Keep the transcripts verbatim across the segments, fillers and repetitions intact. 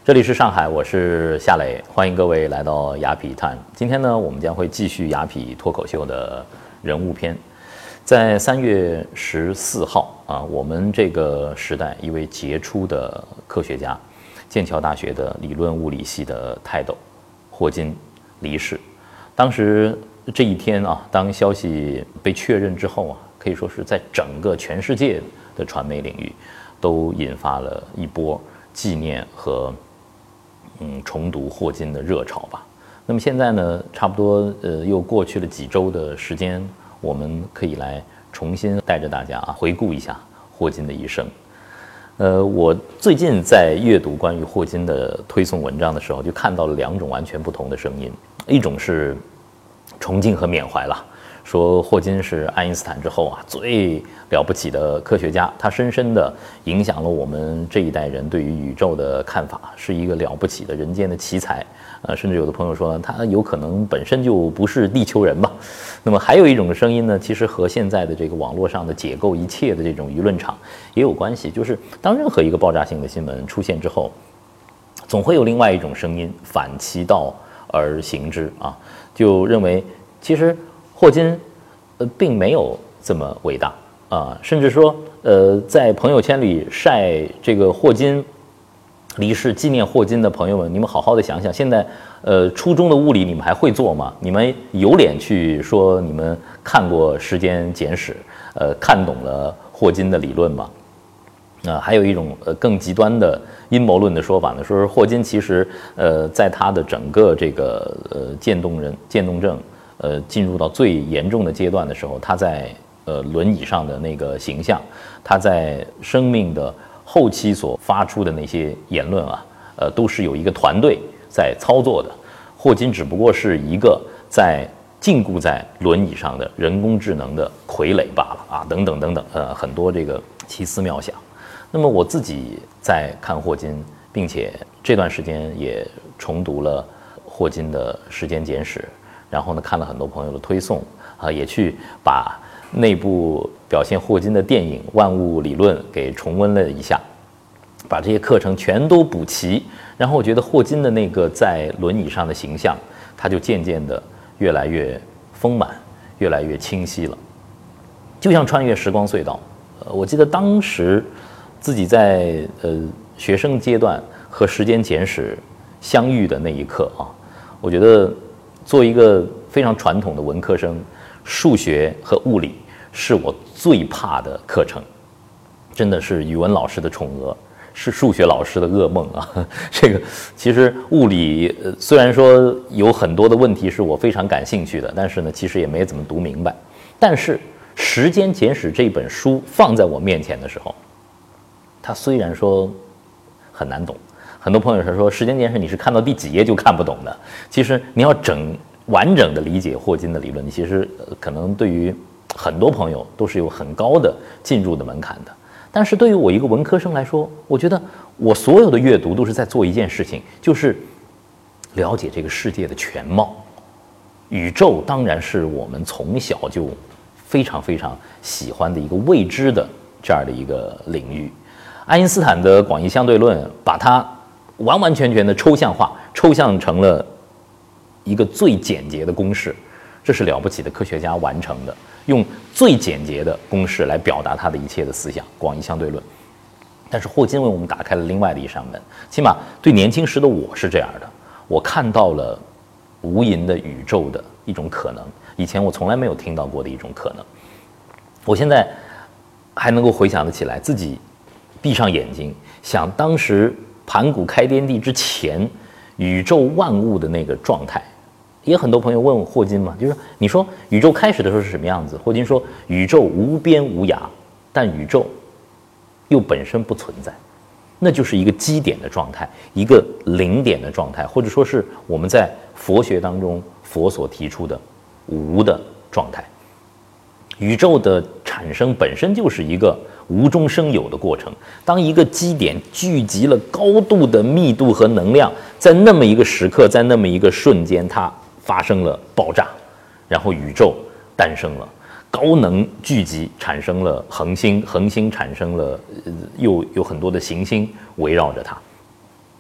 这里是上海，我是夏磊，欢迎各位来到雅痞探。今天呢，我们将会继续雅痞脱口秀的人物篇。在三月十四号啊，我们这个时代一位杰出的科学家，剑桥大学的理论物理系的泰斗霍金离世。当时这一天啊，当消息被确认之后啊，可以说是在整个全世界的传媒领域都引发了一波纪念和嗯重读霍金的热潮吧。那么现在呢，差不多呃又过去了几周的时间，我们可以来重新带着大家啊回顾一下霍金的一生。呃，我最近在阅读关于霍金的推送文章的时候，就看到了两种完全不同的声音，一种是崇敬和缅怀了。说霍金是爱因斯坦之后啊最了不起的科学家，他深深地影响了我们这一代人对于宇宙的看法，是一个了不起的人间的奇才。呃，甚至有的朋友说呢，他有可能本身就不是地球人吧。那么还有一种声音呢，其实和现在的这个网络上的解构一切的这种舆论场也有关系，就是当任何一个爆炸性的新闻出现之后，总会有另外一种声音反其道而行之啊，就认为其实霍金呃并没有这么伟大啊，甚至说呃在朋友圈里晒这个霍金离世纪念霍金的朋友们，你们好好的想想，现在呃初中的物理你们还会做吗？你们有脸去说你们看过《时间简史》，呃看懂了霍金的理论吗？啊、呃，还有一种呃更极端的阴谋论的说法呢，说是霍金其实呃在他的整个这个呃渐冻人渐冻症呃进入到最严重的阶段的时候，他在呃轮椅上的那个形象，他在生命的后期所发出的那些言论啊，呃，都是有一个团队在操作的。霍金只不过是一个在禁锢在轮椅上的人工智能的傀儡罢了啊，等等等等，呃，很多这个奇思妙想。那么我自己在看霍金，并且这段时间也重读了霍金的《时间简史》，然后呢，看了很多朋友的推送啊，也去把那部表现霍金的电影《万物理论》给重温了一下，把这些课程全都补齐，然后我觉得霍金的那个在轮椅上的形象，他就渐渐的越来越丰满，越来越清晰了，就像穿越时光隧道。呃，我记得当时自己在呃学生阶段和《时间简史》相遇的那一刻啊，我觉得做一个非常传统的文科生，数学和物理是我最怕的课程，真的是语文老师的宠儿，是数学老师的噩梦啊！这个其实物理、呃、虽然说有很多的问题是我非常感兴趣的，但是呢，其实也没怎么读明白。但是《时间简史》这本书放在我面前的时候，它虽然说很难懂，很多朋友是说《时间简史》你是看到第几页就看不懂的。其实你要整完整的理解霍金的理论，其实、呃、可能对于很多朋友都是有很高的进入的门槛的。但是对于我一个文科生来说，我觉得我所有的阅读都是在做一件事情，就是了解这个世界的全貌。宇宙当然是我们从小就非常非常喜欢的一个未知的这样的一个领域。爱因斯坦的广义相对论把它完完全全的抽象化，抽象成了一个最简洁的公式，这是了不起的科学家完成的，用最简洁的公式来表达他的一切的思想，广义相对论。但是霍金为我们打开了另外的一扇门，起码对年轻时的我是这样的，我看到了无垠的宇宙的一种可能，以前我从来没有听到过的一种可能。我现在还能够回想得起来，自己闭上眼睛想当时盘古开天地之前宇宙万物的那个状态。也很多朋友问我霍金嘛，就是你说宇宙开始的时候是什么样子？霍金说宇宙无边无涯，但宇宙又本身不存在，那就是一个基点的状态，一个零点的状态，或者说是我们在佛学当中佛所提出的无的状态。宇宙的产生本身就是一个无中生有的过程，当一个基点聚集了高度的密度和能量，在那么一个时刻，在那么一个瞬间，它发生了爆炸，然后宇宙诞生了，高能聚集产生了恒星，恒星产生了、呃、又有很多的行星围绕着它。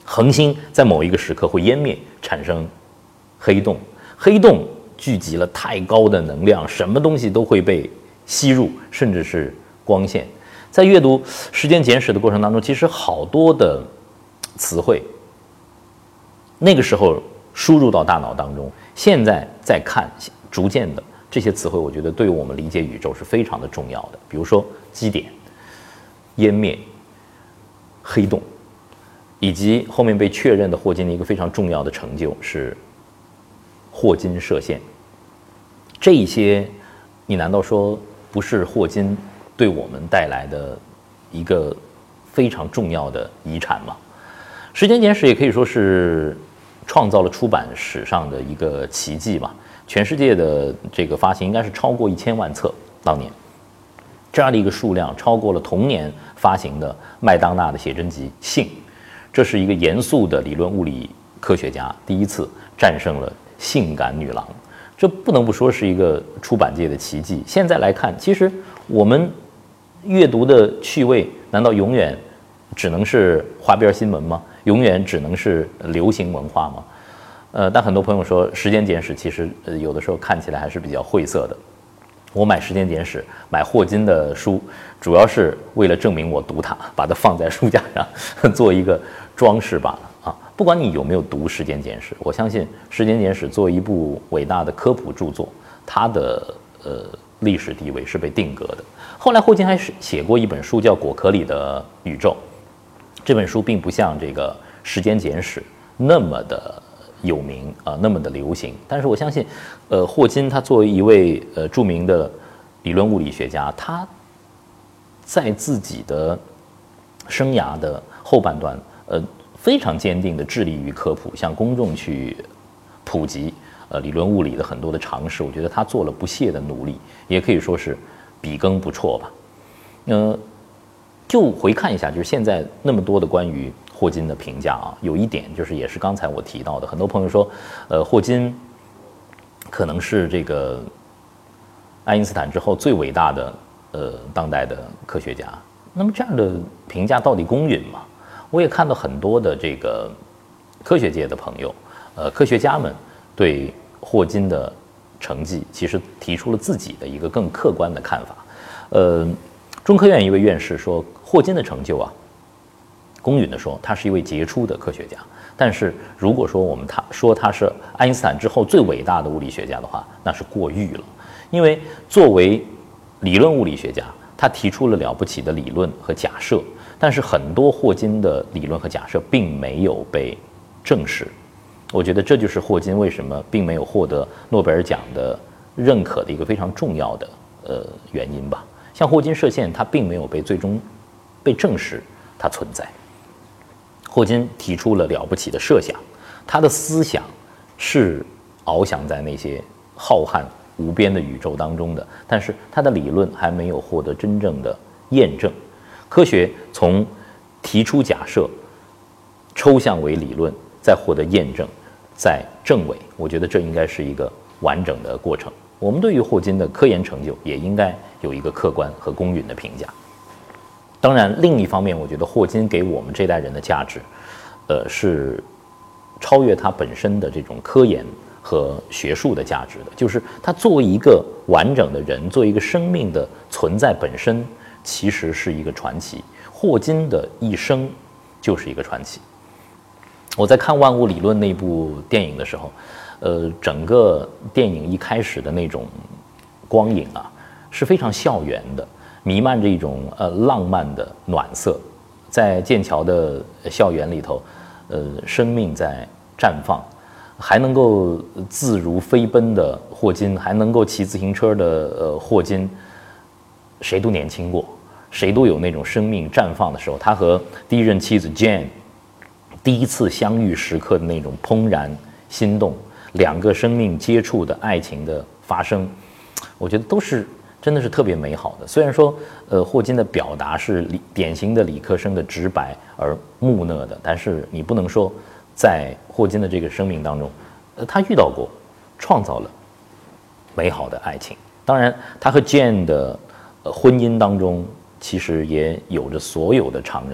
恒星在某一个时刻会湮灭，产生黑洞，黑洞聚集了太高的能量，什么东西都会被吸入，甚至是光线。在阅读《时间简史》的过程当中，其实好多的词汇，那个时候输入到大脑当中，现在再看，逐渐的这些词汇，我觉得对于我们理解宇宙是非常的重要的。比如说基点、湮灭、黑洞，以及后面被确认的霍金的一个非常重要的成就是霍金射线。这一些，你难道说不是霍金对我们带来的一个非常重要的遗产吗？《时间简史》也可以说是创造了出版史上的一个奇迹吧。全世界的这个发行应该是超过一千万册，当年这样的一个数量，超过了同年发行的麦当娜的写真集《性》。这是一个严肃的理论物理科学家第一次战胜了性感女郎，这不能不说是一个出版界的奇迹。现在来看，其实我们阅读的趣味难道永远只能是花边新闻吗？永远只能是流行文化吗？呃，但很多朋友说《时间简史》其实、呃、有的时候看起来还是比较晦涩的。我买《时间简史》买霍金的书，主要是为了证明我读它，把它放在书架上做一个装饰罢了啊。不管你有没有读《时间简史》，我相信《时间简史》作为一部伟大的科普著作，它的呃历史地位是被定格的。后来霍金还写过一本书叫《果壳里的宇宙》，这本书并不像这个《时间简史》那么的有名啊、呃，那么的流行。但是我相信，呃，霍金他作为一位呃著名的理论物理学家，他在自己的生涯的后半段，呃，非常坚定的致力于科普，向公众去普及呃理论物理的很多的常识。我觉得他做了不懈的努力，也可以说是笔耕不辍吧。呃，就回看一下，就是现在那么多的关于霍金的评价啊，有一点就是也是刚才我提到的，很多朋友说，呃，霍金可能是这个爱因斯坦之后最伟大的呃当代的科学家。那么这样的评价到底公允吗？我也看到很多的这个科学界的朋友，呃，科学家们对霍金的成绩其实提出了自己的一个更客观的看法。呃，中科院一位院士说，霍金的成就啊，公允地说，他是一位杰出的科学家。但是如果说我们他说他是爱因斯坦之后最伟大的物理学家的话，那是过誉了。因为作为理论物理学家，他提出了了不起的理论和假设，但是很多霍金的理论和假设并没有被证实。我觉得这就是霍金为什么并没有获得诺贝尔奖的认可的一个非常重要的呃原因吧。像霍金射线，它并没有被最终被证实它存在。霍金提出了了不起的设想，他的思想是翱翔在那些浩瀚无边的宇宙当中的，但是他的理论还没有获得真正的验证。科学从提出假设、抽象为理论，再获得验证，再证伪，我觉得这应该是一个完整的过程。我们对于霍金的科研成就也应该有一个客观和公允的评价。当然，另一方面，我觉得霍金给我们这代人的价值，呃，是超越他本身的这种科研和学术的价值的。就是他作为一个完整的人，作为一个生命的存在本身，其实是一个传奇。霍金的一生就是一个传奇。我在看《万物理论》那部电影的时候，呃，整个电影一开始的那种光影啊，是非常校园的。弥漫着一种呃浪漫的暖色，在剑桥的校园里头，呃，生命在绽放，还能够自如飞奔的霍金，还能够骑自行车的呃霍金，谁都年轻过，谁都有那种生命绽放的时候。他和第一任妻子 Jane 第一次相遇时刻的那种怦然心动，两个生命接触的爱情的发生，我觉得都是真的是特别美好的。虽然说，呃，霍金的表达是理典型的理科生的直白而木讷的，但是你不能说，在霍金的这个生命当中，呃，他遇到过，创造了美好的爱情。当然，他和 Jane 的、呃、婚姻当中，其实也有着所有的常人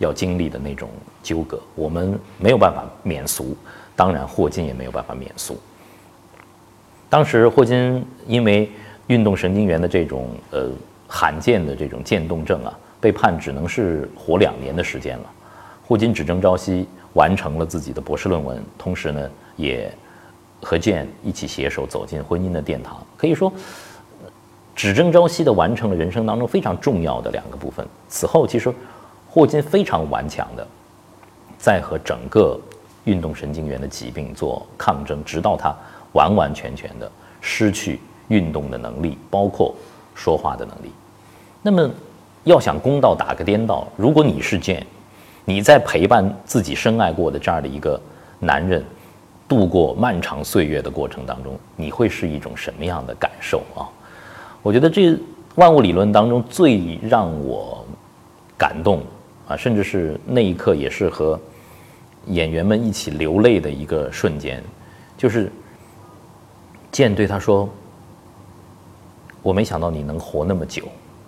要经历的那种纠葛，我们没有办法免俗，当然霍金也没有办法免俗。当时霍金因为运动神经元的这种呃罕见的这种渐冻症啊，被判只能是活两年的时间了。霍金只争朝夕，完成了自己的博士论文，同时呢，也和 Jane 一起携手走进婚姻的殿堂。可以说，只争朝夕地完成了人生当中非常重要的两个部分。此后，其实霍金非常顽强的在和整个运动神经元的疾病做抗争，直到他完完全全的失去运动的能力，包括说话的能力。那么，要想公道打个颠倒，如果你是 Jane， 你在陪伴自己深爱过的这样的一个男人度过漫长岁月的过程当中，你会是一种什么样的感受啊？我觉得这万物理论当中最让我感动啊，甚至是那一刻也是和演员们一起流泪的一个瞬间，就是Jane对他说：“我没想到你能活那么久，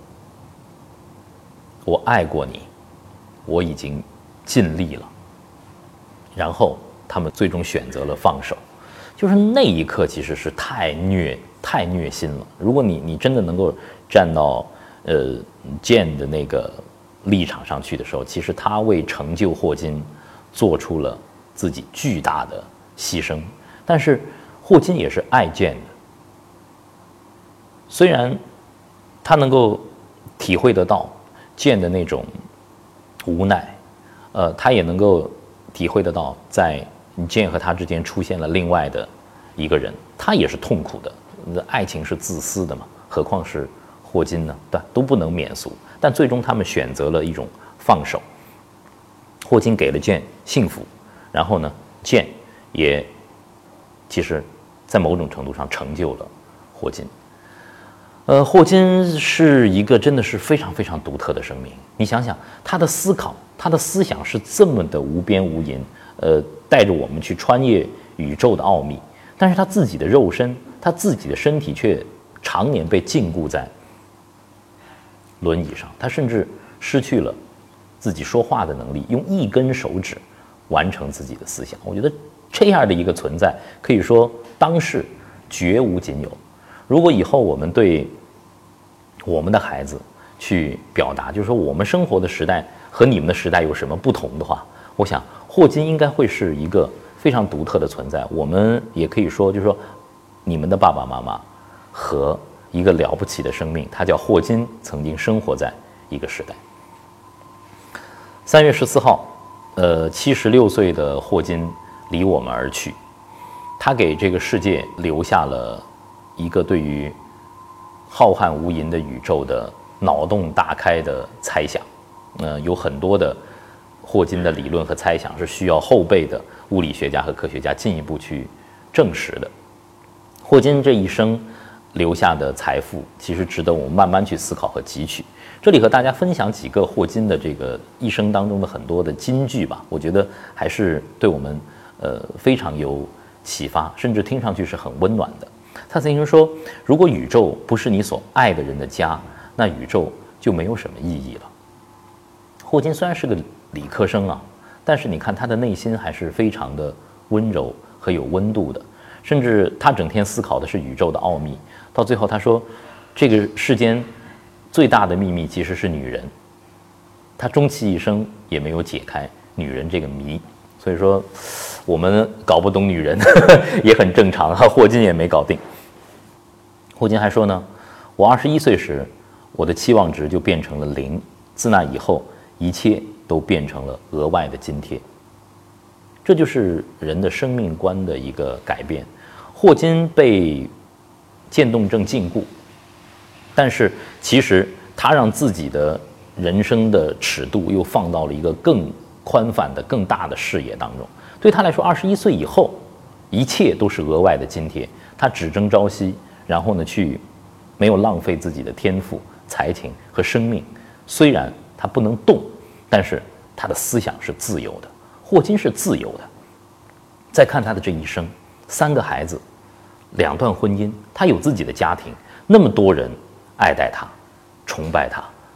我爱过你，我已经尽力了。”然后他们最终选择了放手，就是那一刻其实是太虐太虐心了。如果你你真的能够站到呃 Jane 的那个立场上去的时候，其实他为成就霍金做出了自己巨大的牺牲，但是霍金也是爱 Jane 的。虽然他能够体会得到 Jane 的那种无奈，呃，他也能够体会得到在 Jane 和他之间出现了另外的一个人，他也是痛苦的。爱情是自私的嘛，何况是霍金呢？对，都不能免俗。但最终他们选择了一种放手。霍金给了 Jane 幸福，然后呢 ，Jane 也其实，在某种程度上成就了霍金。呃，霍金是一个真的是非常非常独特的生命。你想想，他的思考，他的思想是这么的无边无垠，呃，带着我们去穿越宇宙的奥秘。但是他自己的肉身，他自己的身体却常年被禁锢在轮椅上，他甚至失去了自己说话的能力，用一根手指完成自己的思想。我觉得这样的一个存在，可以说当世绝无仅有。如果以后我们对我们的孩子去表达，就是说我们生活的时代和你们的时代有什么不同的话，我想霍金应该会是一个非常独特的存在。我们也可以说，就是说你们的爸爸妈妈和一个了不起的生命，他叫霍金，曾经生活在一个时代。三月十四号，呃，七十六岁的霍金离我们而去，他给这个世界留下了一个对于浩瀚无垠的宇宙的脑洞大开的猜想。呃，有很多的霍金的理论和猜想是需要后辈的物理学家和科学家进一步去证实的。霍金这一生留下的财富，其实值得我们慢慢去思考和汲取。这里和大家分享几个霍金的这个一生当中的很多的金句吧，我觉得还是对我们呃非常有启发，甚至听上去是很温暖的。他曾经说，如果宇宙不是你所爱的人的家，那宇宙就没有什么意义了。霍金虽然是个理科生啊，但是你看他的内心还是非常的温柔和有温度的，甚至他整天思考的是宇宙的奥秘。到最后他说，这个世间最大的秘密其实是女人，他终其一生也没有解开女人这个谜。所以说我们搞不懂女人也很正常啊，霍金也没搞定。霍金还说呢，我二十一岁时，我的期望值就变成了零，自那以后一切都变成了额外的津贴。这就是人的生命观的一个改变。霍金被渐冻症禁锢，但是其实他让自己的人生的尺度又放到了一个更宽泛的更大的视野当中。对他来说，二十一岁以后一切都是额外的津贴，他只争朝夕，然后呢去没有浪费自己的天赋才情和生命。虽然他不能动，但是他的思想是自由的。霍金是自由的。再看他的这一生，三个孩子，两段婚姻，他有自己的家庭，那么多人爱戴他，崇拜他，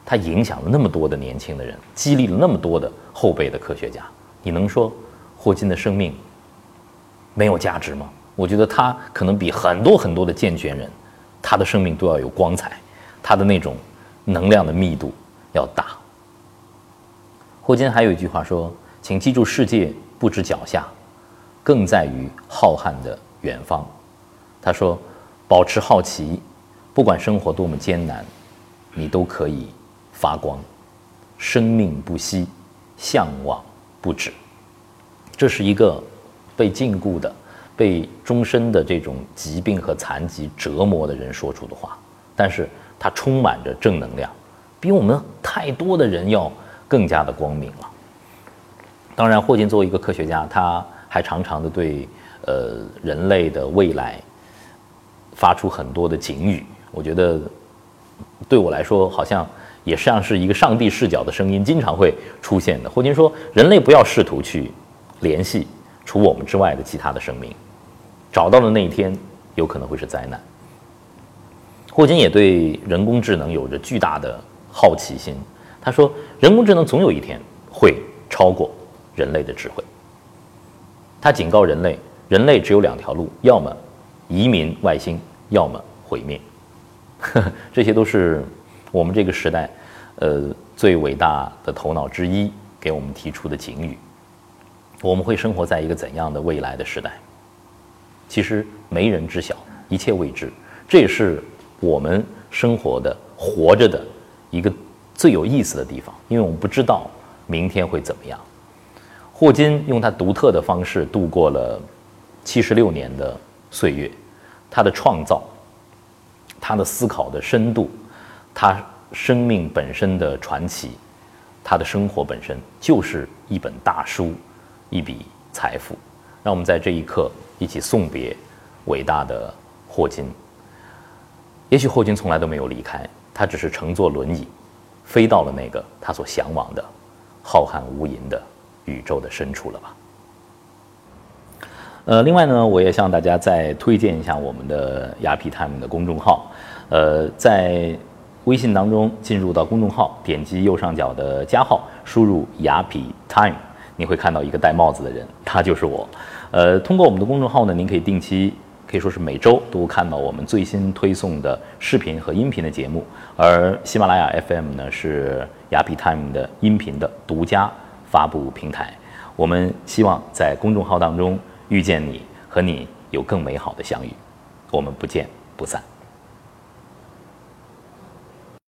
他影响了那么多的年轻的人，激励了那么多的后辈的科学家。你能说霍金的生命没有价值吗？我觉得他可能比很多很多的健全人，他的生命都要有光彩，他的那种能量的密度要大。霍金还有一句话说，请记住，世界不止脚下，更在于浩瀚的远方。他说，保持好奇，不管生活多么艰难，你都可以发光。生命不息，向往不止。这是一个被禁锢的、被终身的这种疾病和残疾折磨的人说出的话，但是它充满着正能量，比我们太多的人要更加的光明了。当然，霍金作为一个科学家，他还常常的对呃人类的未来发出很多的警语。我觉得对我来说，好像也像是一个上帝视角的声音，经常会出现的。霍金说，人类不要试图去联系除我们之外的其他的生命，找到了那一天，有可能会是灾难。霍金也对人工智能有着巨大的好奇心，他说，人工智能总有一天会超过人类的智慧。他警告人类，人类只有两条路，要么移民外星，要么毁灭。这些都是我们这个时代呃最伟大的头脑之一给我们提出的警语。我们会生活在一个怎样的未来的时代，其实没人知晓，一切未知。这也是我们生活的活着的一个最有意思的地方，因为我们不知道明天会怎么样。霍金用他独特的方式度过了七十六年的岁月，他的创造，他的思考的深度，他生命本身的传奇，他的生活本身就是一本大书，一笔财富。让我们在这一刻一起送别伟大的霍金。也许霍金从来都没有离开，他只是乘坐轮椅飞到了那个他所向往的浩瀚无垠的宇宙的深处了吧。呃，另外呢，我也向大家再推荐一下我们的雅痞 Time 的公众号。呃，在微信当中进入到公众号，点击右上角的加号，输入雅痞 Time， 你会看到一个戴帽子的人，他就是我。呃，通过我们的公众号呢，您可以定期，可以说是每周都看到我们最新推送的视频和音频的节目。而喜马拉雅 F M 呢，是雅痞 Time 的音频的独家发布平台。我们希望在公众号当中遇见你，和你有更美好的相遇。我们不见不散。